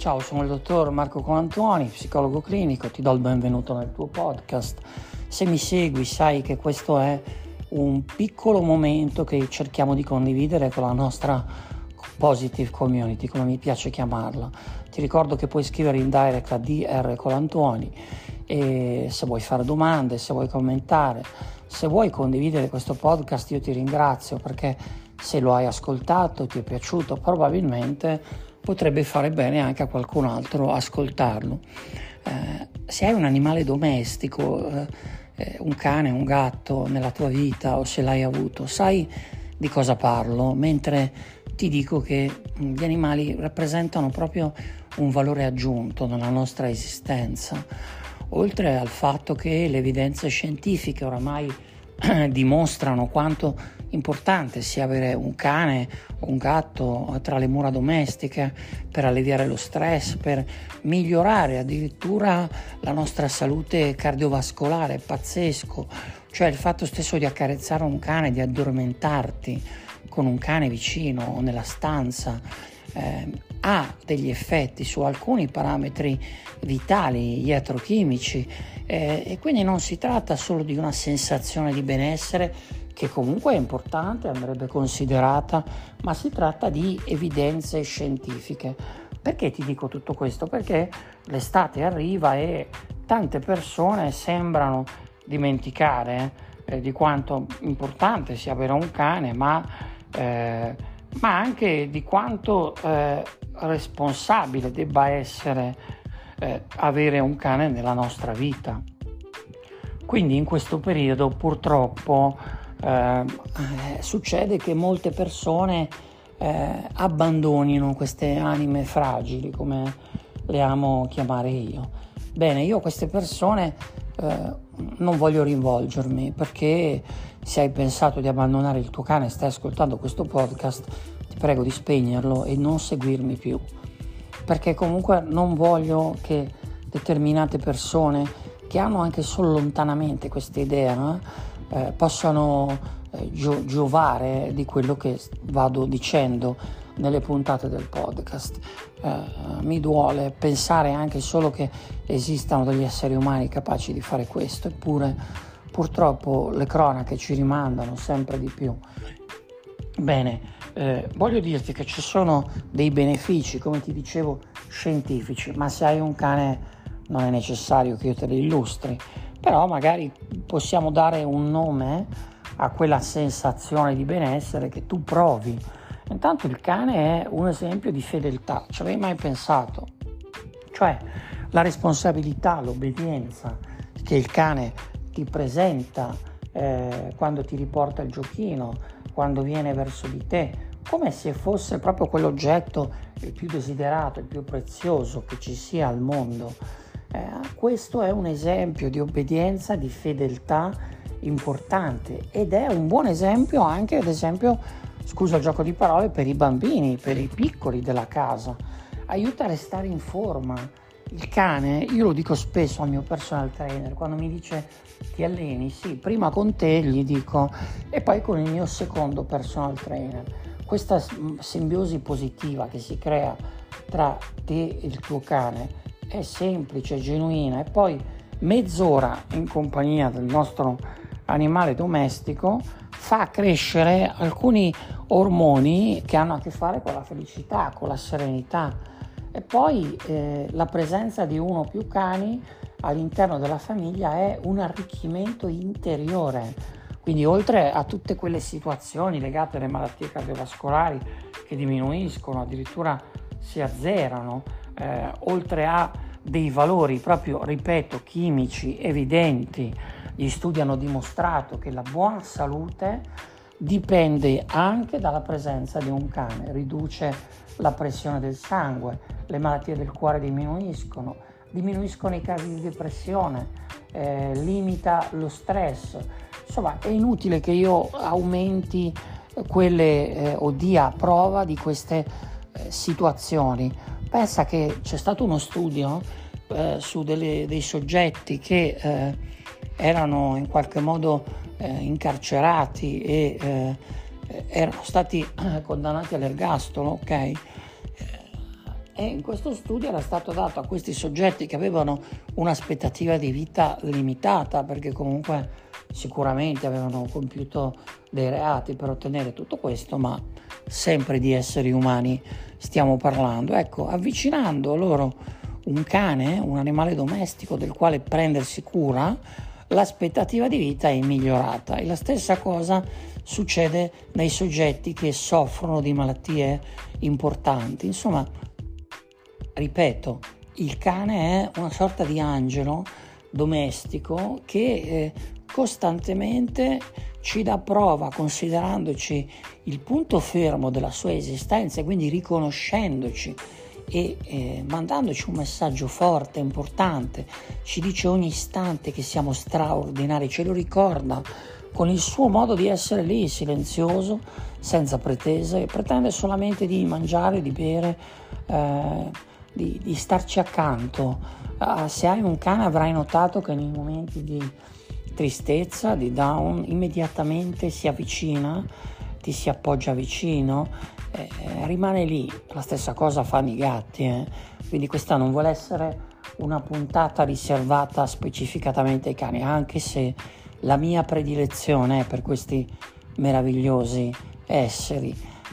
Ciao, sono il dottor Marco Colantuoni, psicologo clinico, ti do il benvenuto nel tuo podcast. Se mi segui sai che questo è un piccolo momento che cerchiamo di condividere con la nostra positive community, come mi piace chiamarla. Ti ricordo che puoi scrivere in direct a Dr. Colantuoni e se vuoi fare domande, se vuoi commentare, se vuoi condividere questo podcast, io ti ringrazio perché se lo hai ascoltato, ti è piaciuto, probabilmente potrebbe fare bene anche a qualcun altro ascoltarlo. Se hai un animale domestico, un cane, un gatto nella tua vita o se l'hai avuto, sai di cosa parlo, mentre ti dico che gli animali rappresentano proprio un valore aggiunto nella nostra esistenza, oltre al fatto che le evidenze scientifiche oramai dimostrano quanto importante sia avere un cane o un gatto tra le mura domestiche per alleviare lo stress, per migliorare addirittura la nostra salute cardiovascolare. È pazzesco, cioè il fatto stesso di accarezzare un cane, di addormentarti con un cane vicino o nella stanza ha degli effetti su alcuni parametri vitali, iatrochimici, e quindi non si tratta solo di una sensazione di benessere che comunque è importante, andrebbe considerata, ma si tratta di evidenze scientifiche. Perché ti dico tutto questo? Perché l'estate arriva e tante persone sembrano dimenticare di quanto importante sia avere un cane, ma anche di quanto responsabile debba essere avere un cane nella nostra vita. Quindi in questo periodo purtroppo succede che molte persone abbandonino queste anime fragili, come le amo chiamare io. Bene, io a queste persone non voglio rivolgermi, perché se hai pensato di abbandonare il tuo cane e stai ascoltando questo podcast, ti prego di spegnerlo e non seguirmi più, perché comunque non voglio che determinate persone che hanno anche solo lontanamente questa idea possano giovare di quello che vado dicendo nelle puntate del podcast. Mi duole pensare anche solo che esistano degli esseri umani capaci di fare questo, eppure purtroppo le cronache ci rimandano sempre di più. Bene, voglio dirti che ci sono dei benefici, come ti dicevo, scientifici, ma se hai un cane non è necessario che io te li illustri, però magari possiamo dare un nome a quella sensazione di benessere che tu provi. Intanto il cane è un esempio di fedeltà, ci avevi mai pensato? Cioè la responsabilità, l'obbedienza che il cane ti presenta quando ti riporta il giochino, quando viene verso di te, come se fosse proprio quell'oggetto il più desiderato, il più prezioso che ci sia al mondo. Questo è un esempio di obbedienza, di fedeltà importante, ed è un buon esempio anche, ad esempio, scusa il gioco di parole, per i bambini, per i piccoli della casa. Aiuta a restare in forma. Il cane, io lo dico spesso al mio personal trainer, quando mi dice ti alleni? Sì, prima con te gli dico, e poi con il mio secondo personal trainer. Questa simbiosi positiva che si crea tra te e il tuo cane è semplice, genuina, e poi mezz'ora in compagnia del nostro animale domestico fa crescere alcuni ormoni che hanno a che fare con la felicità, con la serenità. E poi la presenza di uno o più cani all'interno della famiglia è un arricchimento interiore. Quindi oltre a tutte quelle situazioni legate alle malattie cardiovascolari che diminuiscono, addirittura si azzerano, oltre a dei valori proprio, ripeto, chimici evidenti, gli studi hanno dimostrato che la buona salute dipende anche dalla presenza di un cane, riduce la pressione del sangue, le malattie del cuore diminuiscono i casi di depressione, limita lo stress. Insomma, è inutile che io aumenti quelle o dia prova di queste situazioni. Pensa che c'è stato uno studio su dei soggetti che erano in qualche modo incarcerati e erano stati condannati all'ergastolo, ok? e in questo studio era stato dato a questi soggetti che avevano un'aspettativa di vita limitata, perché comunque sicuramente avevano compiuto dei reati per ottenere tutto questo, ma sempre di esseri umani stiamo parlando. Ecco, avvicinando loro un cane, un animale domestico del quale prendersi cura, l'aspettativa di vita è migliorata. E la stessa cosa succede nei soggetti che soffrono di malattie importanti. Insomma, ripeto, il cane è una sorta di angelo domestico che costantemente ci dà prova, considerandoci il punto fermo della sua esistenza e quindi riconoscendoci e mandandoci un messaggio forte, importante. Ci dice ogni istante che siamo straordinari, ce lo ricorda con il suo modo di essere lì, silenzioso, senza pretese, pretende solamente di mangiare, di bere, di starci accanto. Se hai un cane avrai notato che nei momenti di tristezza, di down, immediatamente si avvicina, ti si appoggia vicino, rimane lì. La stessa cosa fanno i gatti, quindi questa non vuole essere una puntata riservata specificatamente ai cani, anche se la mia predilezione è per questi meravigliosi esseri.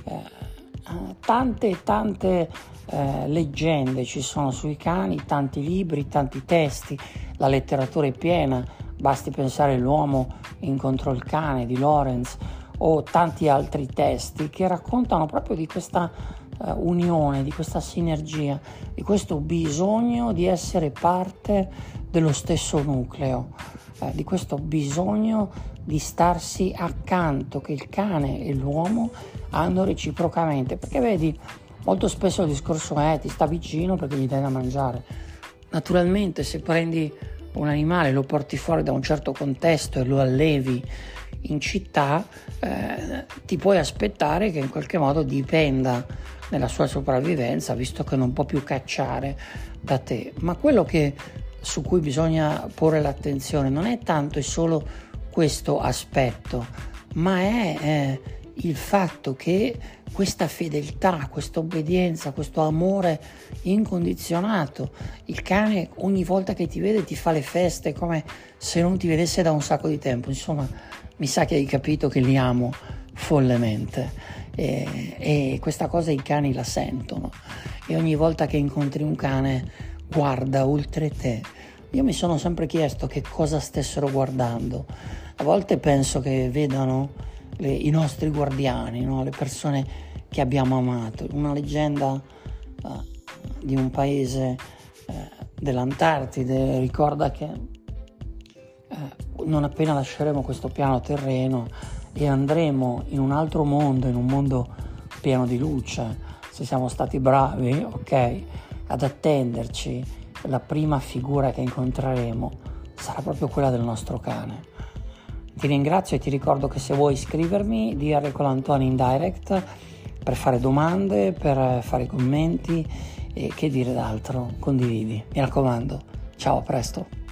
Tante leggende ci sono sui cani, tanti libri, tanti testi, la letteratura è piena, basti pensare all'uomo incontrò il cane di Lawrence o tanti altri testi che raccontano proprio di questa unione, di questa sinergia, di questo bisogno di essere parte dello stesso nucleo, di questo bisogno di starsi accanto che il cane e l'uomo hanno reciprocamente, perché vedi, molto spesso il discorso è ti sta vicino perché gli dai da mangiare. Naturalmente se prendi un animale, lo porti fuori da un certo contesto e lo allevi in città, ti puoi aspettare che in qualche modo dipenda nella sua sopravvivenza, visto che non può più cacciare da te. Ma quello su cui bisogna porre l'attenzione non è tanto e solo questo aspetto, ma è il fatto che questa fedeltà, questa obbedienza, questo amore incondizionato, il cane ogni volta che ti vede ti fa le feste come se non ti vedesse da un sacco di tempo. Insomma, mi sa che hai capito che li amo follemente e questa cosa i cani la sentono e ogni volta che incontri un cane guarda oltre te. Io mi sono sempre chiesto che cosa stessero guardando. A volte penso che vedano i nostri guardiani, no? Le persone che abbiamo amato. Una leggenda di un paese dell'Antartide ricorda che non appena lasceremo questo piano terreno e andremo in un altro mondo, in un mondo pieno di luce, se siamo stati bravi, ok, ad attenderci, la prima figura che incontreremo sarà proprio quella del nostro cane. Ti ringrazio e ti ricordo che se vuoi iscrivermi di Enrico Colantoni in direct per fare domande, per fare commenti e che dire d'altro, condividi. Mi raccomando, ciao, a presto.